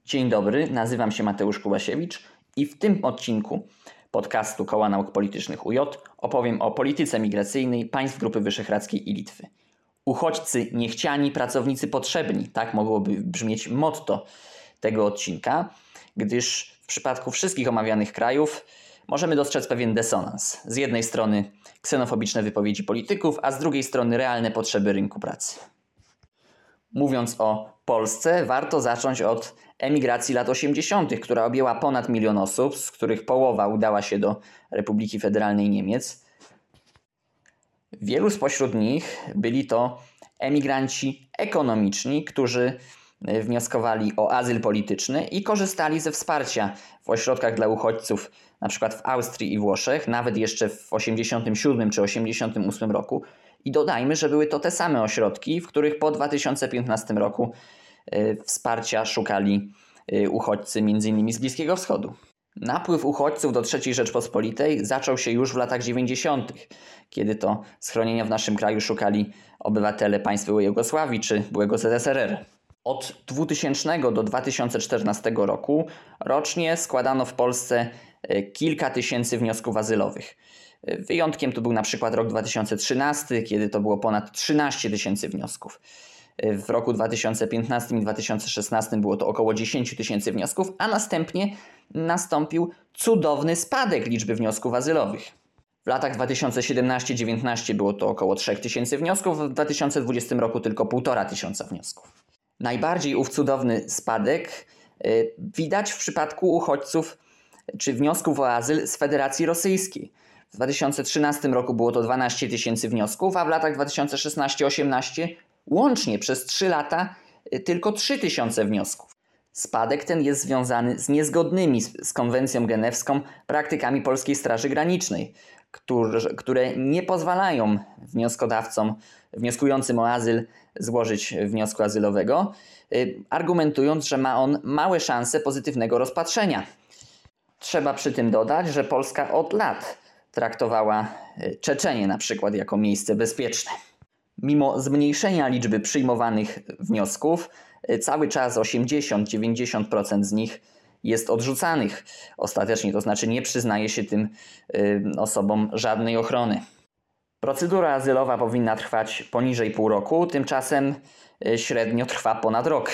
Dzień dobry, nazywam się Mateusz Kubasiewicz i w tym odcinku podcastu Koła Nauk Politycznych UJ opowiem o polityce migracyjnej państw Grupy Wyszehradzkiej i Litwy. Uchodźcy niechciani, pracownicy potrzebni. Tak mogłoby brzmieć motto tego odcinka, gdyż w przypadku wszystkich omawianych krajów możemy dostrzec pewien dysonans. Z jednej strony ksenofobiczne wypowiedzi polityków, a z drugiej strony realne potrzeby rynku pracy. Mówiąc o Polsce, warto zacząć od emigracji lat 80., która objęła ponad 1 000 000 osób, z których połowa udała się do Republiki Federalnej Niemiec. Wielu spośród nich byli to emigranci ekonomiczni, którzy wnioskowali o azyl polityczny i korzystali ze wsparcia w ośrodkach dla uchodźców, np. w Austrii i Włoszech, nawet jeszcze w 1987 czy 1988 roku. I dodajmy, że były to te same ośrodki, w których po 2015 roku wsparcia szukali uchodźcy m.in. z Bliskiego Wschodu. Napływ uchodźców do III Rzeczpospolitej zaczął się już w latach 90., kiedy to schronienia w naszym kraju szukali obywatele państw byłej Jugosławii czy byłego ZSRR. Od 2000 do 2014 roku rocznie składano w Polsce kilka tysięcy wniosków azylowych. Wyjątkiem tu był na przykład rok 2013, kiedy to było ponad 13 000 wniosków. W roku 2015 i 2016 było to około 10 000 wniosków, a następnie nastąpił cudowny spadek liczby wniosków azylowych. W latach 2017-2019 było to około 3 000 wniosków, w 2020 roku tylko 1500 wniosków. Najbardziej ów cudowny spadek widać w przypadku uchodźców czy wniosków o azyl z Federacji Rosyjskiej. W 2013 roku było to 12 000 wniosków, a w latach 2016-18 łącznie przez 3 lata tylko 3 000 wniosków. Spadek ten jest związany z niezgodnymi z konwencją genewską praktykami Polskiej Straży Granicznej, które nie pozwalają wnioskodawcom wnioskującym o azyl złożyć wniosku azylowego, argumentując, że ma on małe szanse pozytywnego rozpatrzenia. Trzeba przy tym dodać, że Polska od lat traktowała Czeczenię na przykład jako miejsce bezpieczne. Mimo zmniejszenia liczby przyjmowanych wniosków, cały czas 80-90% z nich jest odrzucanych ostatecznie, to znaczy nie przyznaje się tym osobom żadnej ochrony. Procedura azylowa powinna trwać poniżej pół roku, tymczasem średnio trwa ponad rok.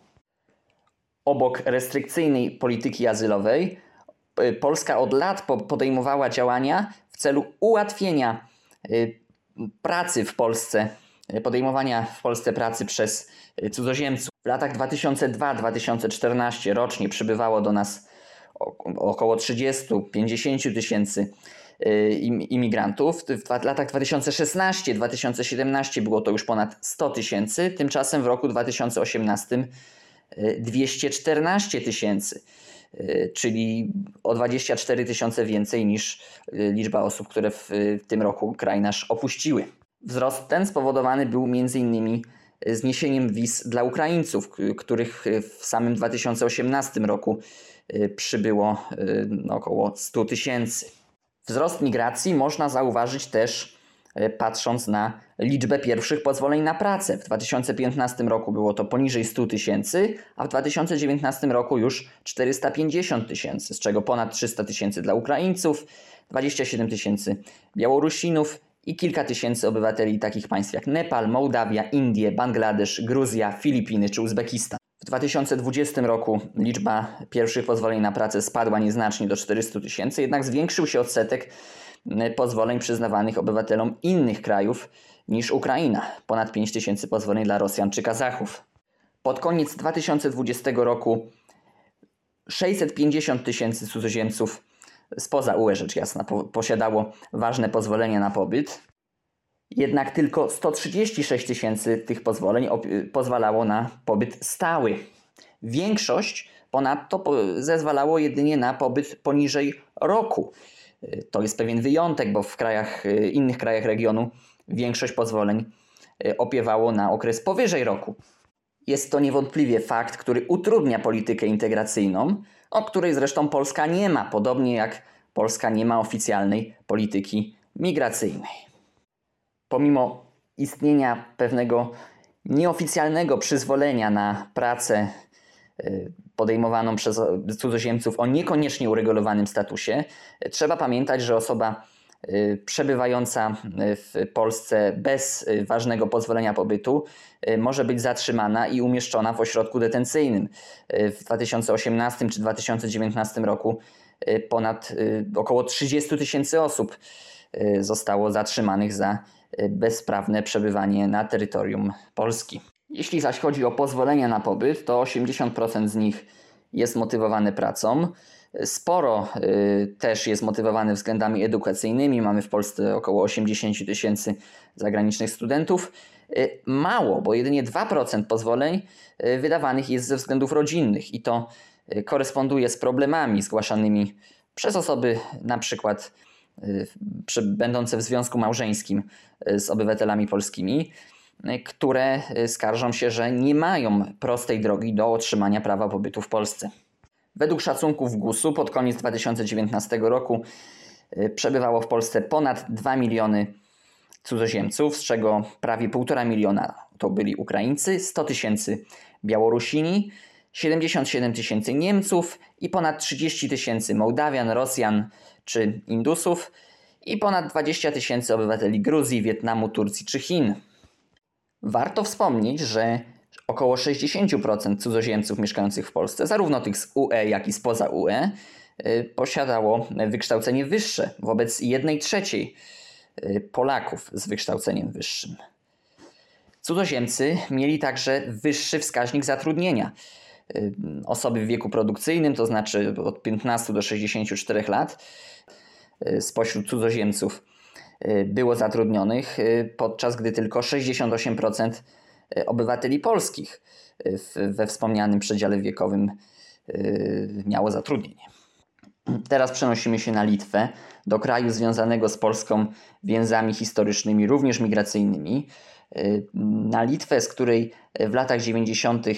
Obok restrykcyjnej polityki azylowej Polska od lat podejmowała działania w celu ułatwienia pracy w Polsce, podejmowania w Polsce pracy przez cudzoziemców. W latach 2002-2014 rocznie przybywało do nas około 30-50 tysięcy imigrantów. W latach 2016-2017 było to już ponad 100 tysięcy, tymczasem w roku 2018 214 tysięcy, czyli o 24 tysiące więcej niż liczba osób, które w tym roku kraj nasz opuściły. Wzrost ten spowodowany był m.in. zniesieniem wiz dla Ukraińców, których w samym 2018 roku przybyło około 100 tysięcy. Wzrost migracji można zauważyć też patrząc na liczbę pierwszych pozwoleń na pracę. W 2015 roku było to poniżej 100 tysięcy, a w 2019 roku już 450 tysięcy, z czego ponad 300 tysięcy dla Ukraińców, 27 tysięcy Białorusinów i kilka tysięcy obywateli takich państw jak Nepal, Mołdawia, Indie, Bangladesz, Gruzja, Filipiny czy Uzbekistan. W 2020 roku liczba pierwszych pozwoleń na pracę spadła nieznacznie do 400 tysięcy, jednak zwiększył się odsetek pozwoleń przyznawanych obywatelom innych krajów niż Ukraina. Ponad 5 tysięcy pozwoleń dla Rosjan czy Kazachów. Pod koniec 2020 roku 650 tysięcy cudzoziemców spoza UE, rzecz jasna, posiadało ważne pozwolenia na pobyt. Jednak tylko 136 tysięcy tych pozwoleń pozwalało na pobyt stały. Większość ponadto zezwalało jedynie na pobyt poniżej roku. To jest pewien wyjątek, bo w innych krajach regionu większość pozwoleń opiewało na okres powyżej roku. Jest to niewątpliwie fakt, który utrudnia politykę integracyjną, o której zresztą Polska nie ma, podobnie jak Polska nie ma oficjalnej polityki migracyjnej. Pomimo istnienia pewnego nieoficjalnego przyzwolenia na pracę podejmowaną przez cudzoziemców o niekoniecznie uregulowanym statusie, trzeba pamiętać, że osoba przebywająca w Polsce bez ważnego pozwolenia pobytu może być zatrzymana i umieszczona w ośrodku detencyjnym. W 2018 czy 2019 roku około 30 000 osób zostało zatrzymanych za bezprawne przebywanie na terytorium Polski. Jeśli zaś chodzi o pozwolenia na pobyt, to 80% z nich jest motywowane pracą. Sporo też jest motywowane względami edukacyjnymi. Mamy w Polsce około 80 000 zagranicznych studentów. Mało, bo jedynie 2% pozwoleń wydawanych jest ze względów rodzinnych i to koresponduje z problemami zgłaszanymi przez osoby na przykład będące w związku małżeńskim z obywatelami polskimi, które skarżą się, że nie mają prostej drogi do otrzymania prawa pobytu w Polsce. Według szacunków GUS-u pod koniec 2019 roku przebywało w Polsce ponad 2 miliony cudzoziemców, z czego prawie 1,5 miliona to byli Ukraińcy, 100 000 Białorusini, 77 000 Niemców i ponad 30 000 Mołdawian, Rosjan czy Indusów i ponad 20 000 obywateli Gruzji, Wietnamu, Turcji czy Chin. Warto wspomnieć, że około 60% cudzoziemców mieszkających w Polsce, zarówno tych z UE, jak i spoza UE, posiadało wykształcenie wyższe wobec 1/3 Polaków z wykształceniem wyższym. Cudzoziemcy mieli także wyższy wskaźnik zatrudnienia. Osoby w wieku produkcyjnym, to znaczy od 15 do 64 lat, spośród cudzoziemców było zatrudnionych, podczas gdy tylko 68% obywateli polskich we wspomnianym przedziale wiekowym miało zatrudnienie. Teraz przenosimy się na Litwę, do kraju związanego z Polską więzami historycznymi, również migracyjnymi. Na Litwę, z której w latach 90.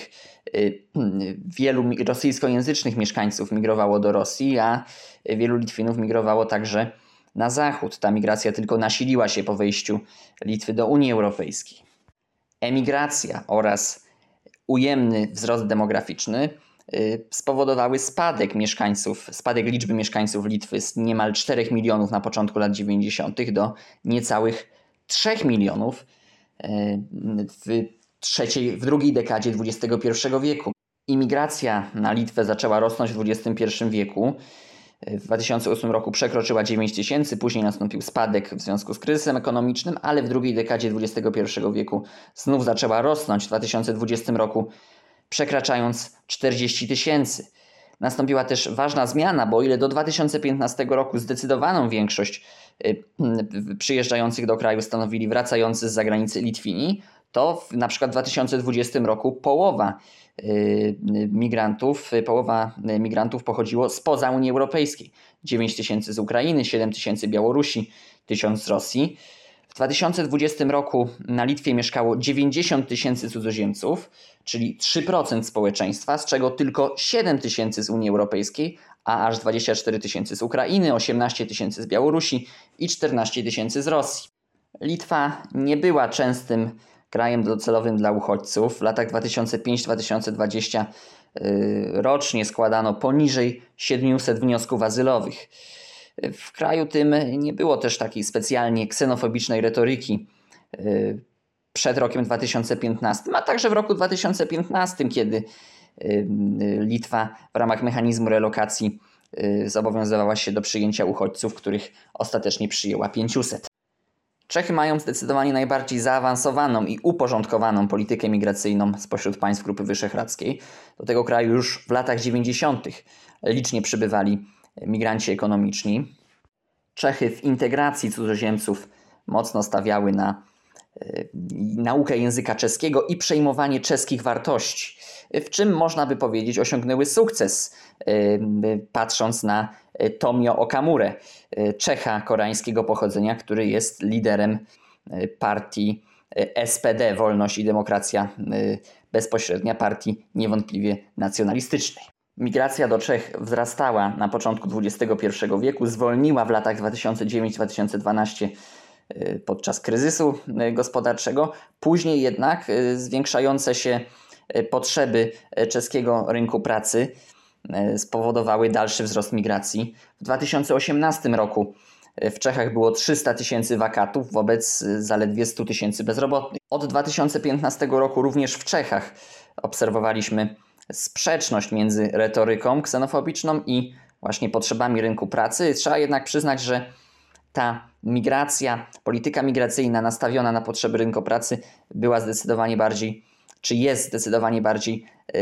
wielu rosyjskojęzycznych mieszkańców migrowało do Rosji, a wielu Litwinów migrowało także na zachód. Ta migracja tylko nasiliła się po wejściu Litwy do Unii Europejskiej. Emigracja oraz ujemny wzrost demograficzny spowodowały spadek liczby mieszkańców Litwy z niemal 4 milionów na początku lat 90. do niecałych 3 milionów w drugiej dekadzie XXI wieku. Imigracja na Litwę zaczęła rosnąć w XXI wieku. W 2008 roku przekroczyła 9 000, później nastąpił spadek w związku z kryzysem ekonomicznym, ale w drugiej dekadzie XXI wieku znów zaczęła rosnąć w 2020 roku, przekraczając 40 000. Nastąpiła też ważna zmiana, bo o ile do 2015 roku zdecydowaną większość przyjeżdżających do kraju stanowili wracający z zagranicy Litwini, to na przykład w 2020 roku połowa migrantów pochodziło spoza Unii Europejskiej. 9 000 z Ukrainy, 7 000 z Białorusi, 1000 z Rosji. W 2020 roku na Litwie mieszkało 90 000 cudzoziemców, czyli 3% społeczeństwa, z czego tylko 7 000 z Unii Europejskiej, a aż 24 000 z Ukrainy, 18 000 z Białorusi i 14 000 z Rosji. Litwa nie była częstym krajem docelowym dla uchodźców. W latach 2005-2020 rocznie składano poniżej 700 wniosków azylowych. W kraju tym nie było też takiej specjalnie ksenofobicznej retoryki przed rokiem 2015, a także w roku 2015, kiedy Litwa w ramach mechanizmu relokacji zobowiązywała się do przyjęcia uchodźców, których ostatecznie przyjęła 500. Czechy mają zdecydowanie najbardziej zaawansowaną i uporządkowaną politykę migracyjną spośród państw Grupy Wyszehradzkiej. Do tego kraju już w latach 90. licznie przybywali migranci ekonomiczni. Czechy w integracji cudzoziemców mocno stawiały na naukę języka czeskiego i przejmowanie czeskich wartości, w czym można by powiedzieć osiągnęły sukces, patrząc na Tomio Okamurę, Czecha koreańskiego pochodzenia, który jest liderem partii SPD, Wolność i Demokracja Bezpośrednia, partii niewątpliwie nacjonalistycznej. Migracja do Czech wzrastała na początku XXI wieku, zwolniła w latach 2009-2012 podczas kryzysu gospodarczego. Później jednak zwiększające się potrzeby czeskiego rynku pracy spowodowały dalszy wzrost migracji. W 2018 roku w Czechach było 300 000 wakatów wobec zaledwie 100 000 bezrobotnych. Od 2015 roku również w Czechach obserwowaliśmy sprzeczność między retoryką ksenofobiczną i właśnie potrzebami rynku pracy. Trzeba jednak przyznać, że ta migracja, polityka migracyjna nastawiona na potrzeby rynku pracy była zdecydowanie bardziej, czy jest zdecydowanie bardziej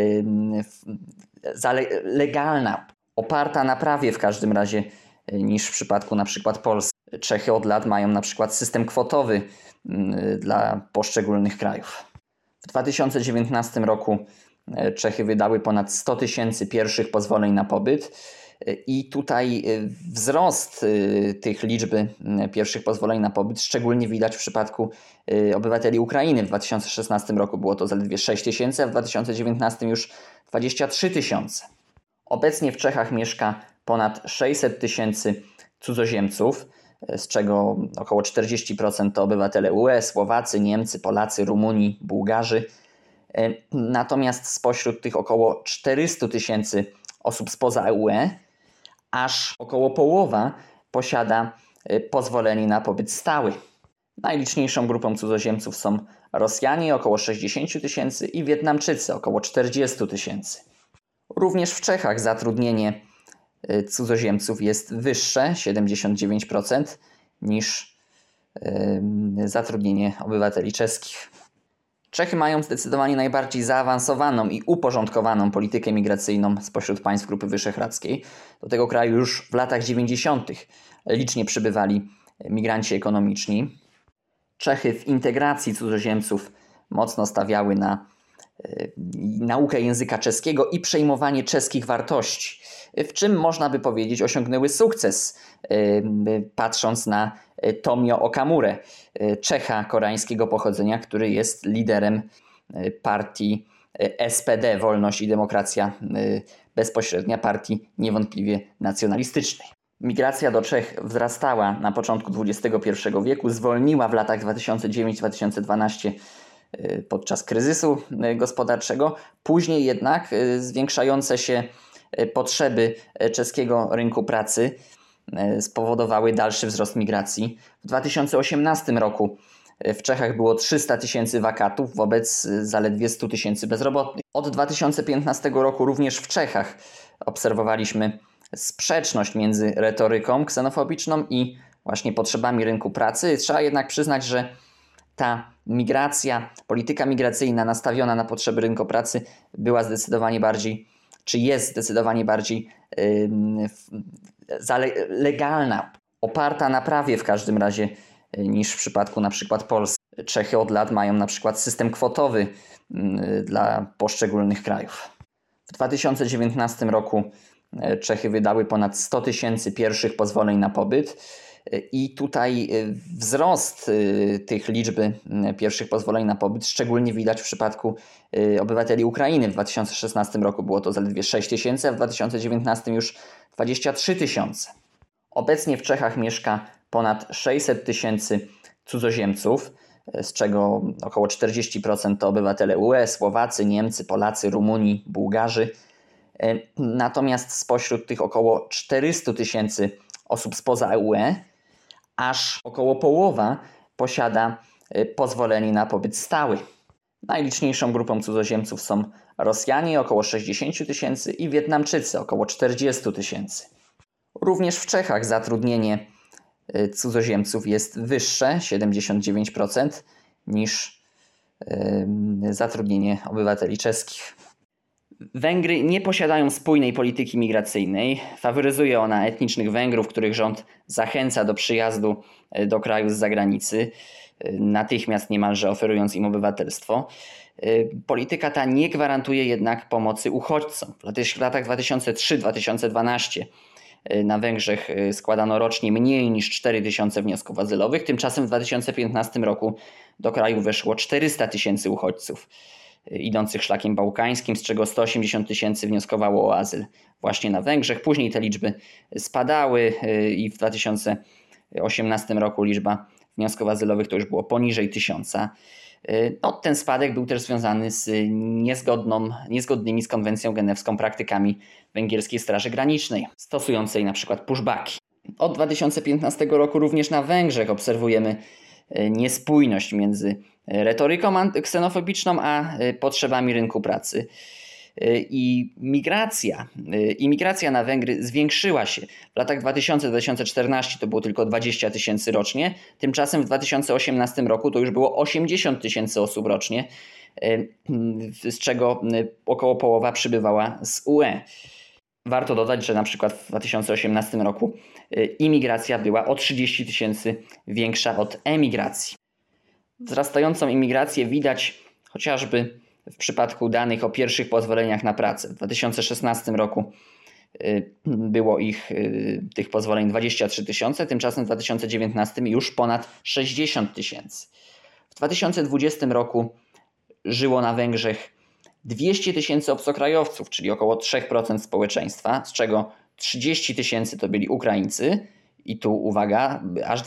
legalna, oparta na prawie w każdym razie niż w przypadku na przykład Polski. Czechy od lat mają na przykład system kwotowy dla poszczególnych krajów. W 2019 roku Czechy wydały ponad 100 000 pierwszych pozwoleń na pobyt i tutaj wzrost tych liczby pierwszych pozwoleń na pobyt szczególnie widać w przypadku obywateli Ukrainy. W 2016 roku było to zaledwie 6 000, a w 2019 już 23 000. Obecnie w Czechach mieszka ponad 600 000 cudzoziemców, z czego około 40% to obywatele UE, Słowacy, Niemcy, Polacy, Rumuni, Bułgarzy. Natomiast spośród tych około 400 000 osób spoza UE, aż około połowa posiada pozwolenie na pobyt stały. Najliczniejszą grupą cudzoziemców są Rosjanie, około 60 000 i Wietnamczycy, około 40 000. Również w Czechach zatrudnienie cudzoziemców jest wyższe, 79%, niż zatrudnienie obywateli czeskich. Czechy mają zdecydowanie najbardziej zaawansowaną i uporządkowaną politykę migracyjną spośród państw Grupy Wyszehradzkiej. Do tego kraju już w latach 90. licznie przybywali migranci ekonomiczni. Czechy w integracji cudzoziemców mocno stawiały na naukę języka czeskiego i przejmowanie czeskich wartości, w czym można by powiedzieć osiągnęły sukces, patrząc na Tomio Okamurę, Czecha koreańskiego pochodzenia, który jest liderem partii SPD, Wolność i Demokracja Bezpośrednia, partii niewątpliwie nacjonalistycznej. Migracja do Czech wzrastała na początku XXI wieku, zwolniła w latach 2009-2012 podczas kryzysu gospodarczego. Później jednak zwiększające się potrzeby czeskiego rynku pracy spowodowały dalszy wzrost migracji. W 2018 roku w Czechach było 300 000 wakatów wobec zaledwie 100 000 bezrobotnych. Od 2015 roku również w Czechach obserwowaliśmy sprzeczność między retoryką ksenofobiczną i właśnie potrzebami rynku pracy. Trzeba jednak przyznać, że ta migracja, polityka migracyjna nastawiona na potrzeby rynku pracy była zdecydowanie bardziej, czy jest zdecydowanie bardziej legalna, oparta na prawie w każdym razie niż w przypadku na przykład Polski. Czechy od lat mają na przykład system kwotowy dla poszczególnych krajów. W 2019 roku Czechy wydały ponad 100 000 pierwszych pozwoleń na pobyt i tutaj wzrost tych liczby pierwszych pozwoleń na pobyt szczególnie widać w przypadku obywateli Ukrainy. W 2016 roku było to zaledwie 6 000, a w 2019 już 23 000. Obecnie w Czechach mieszka ponad 600 000 cudzoziemców, z czego około 40% to obywatele UE, Słowacy, Niemcy, Polacy, Rumuni, Bułgarzy. Natomiast spośród tych około 400 000 osób spoza UE, aż około połowa posiada pozwolenie na pobyt stały. Najliczniejszą grupą cudzoziemców są Rosjanie, około 60 000 i Wietnamczycy, około 40 000. Również w Czechach zatrudnienie cudzoziemców jest wyższe, 79%, niż zatrudnienie obywateli czeskich. Węgry nie posiadają spójnej polityki migracyjnej. Faworyzuje ona etnicznych Węgrów, których rząd zachęca do przyjazdu do kraju z zagranicy, natychmiast niemalże oferując im obywatelstwo. Polityka ta nie gwarantuje jednak pomocy uchodźcom. W latach 2003-2012 na Węgrzech składano rocznie mniej niż 4000 wniosków azylowych. Tymczasem w 2015 roku do kraju weszło 400 000 uchodźców idących szlakiem bałkańskim, z czego 180 000 wnioskowało o azyl właśnie na Węgrzech. Później te liczby spadały i w 2018 roku liczba wniosków azylowych to już było poniżej 1000. No, ten spadek był też związany z niezgodnymi z konwencją genewską praktykami węgierskiej Straży Granicznej, stosującej na przykład pushbacki. Od 2015 roku również na Węgrzech obserwujemy niespójność między retoryką ksenofobiczną a potrzebami rynku pracy. I imigracja na Węgry zwiększyła się. W latach 2000-2014 to było tylko 20 000 rocznie, tymczasem w 2018 roku to już było 80 000 osób rocznie, z czego około połowa przybywała z UE. Warto dodać, że na przykład w 2018 roku imigracja była o 30 000 większa od emigracji. Wzrastającą imigrację widać chociażby w przypadku danych o pierwszych pozwoleniach na pracę. W 2016 roku było tych pozwoleń 23 000, tymczasem w 2019 już ponad 60 000. W 2020 roku żyło na Węgrzech 200 000 obcokrajowców, czyli około 3% społeczeństwa, z czego 30 000 to byli Ukraińcy i tu uwaga, aż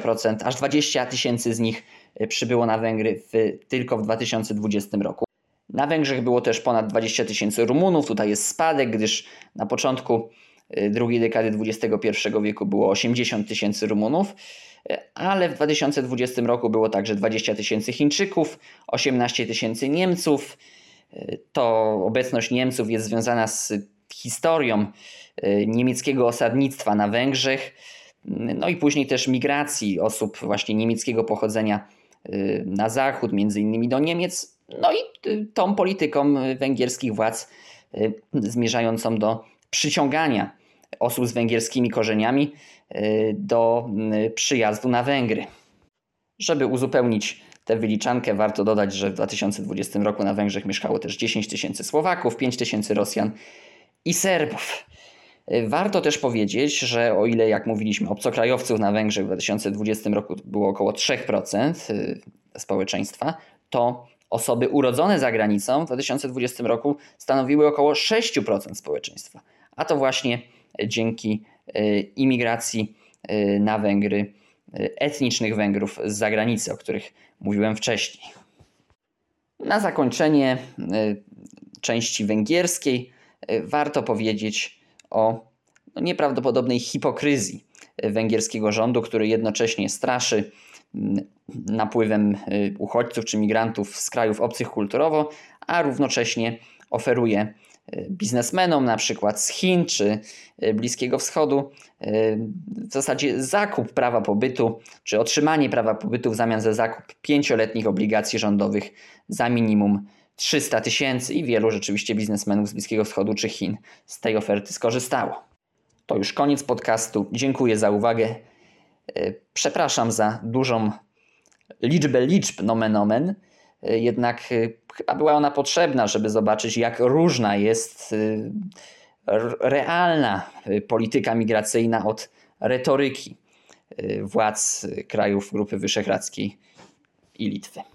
20 000 z nich przybyło na Węgry tylko w 2020 roku. Na Węgrzech było też ponad 20 000 Rumunów. Tutaj jest spadek, gdyż na początku drugiej dekady XXI wieku było 80 000 Rumunów, ale w 2020 roku było także 20 000 Chińczyków, 18 000 Niemców. To obecność Niemców jest związana z historią niemieckiego osadnictwa na Węgrzech, no i później też migracji osób właśnie niemieckiego pochodzenia na zachód, między innymi do Niemiec, no i tą polityką węgierskich władz zmierzającą do przyciągania osób z węgierskimi korzeniami do przyjazdu na Węgry. Żeby uzupełnić tę wyliczankę, warto dodać, że w 2020 roku na Węgrzech mieszkało też 10 000 Słowaków, 5 000 Rosjan i Serbów. Warto też powiedzieć, że o ile, jak mówiliśmy, obcokrajowców na Węgrzech w 2020 roku było około 3% społeczeństwa, to osoby urodzone za granicą w 2020 roku stanowiły około 6% społeczeństwa. A to właśnie dzięki imigracji na Węgry etnicznych Węgrów z zagranicy, o których mówiłem wcześniej. Na zakończenie części węgierskiej warto powiedzieć o nieprawdopodobnej hipokryzji węgierskiego rządu, który jednocześnie straszy napływem uchodźców czy migrantów z krajów obcych kulturowo, a równocześnie oferuje biznesmenom na przykład z Chin czy Bliskiego Wschodu w zasadzie zakup prawa pobytu czy otrzymanie prawa pobytu w zamian za zakup 5-letnich obligacji rządowych za minimum 300 000 i wielu rzeczywiście biznesmenów z Bliskiego Wschodu czy Chin z tej oferty skorzystało. To już koniec podcastu. Dziękuję za uwagę. Przepraszam za dużą liczbę liczb nomen omen, jednak chyba była ona potrzebna, żeby zobaczyć, jak różna jest realna polityka migracyjna od retoryki władz krajów Grupy Wyszehradzkiej i Litwy.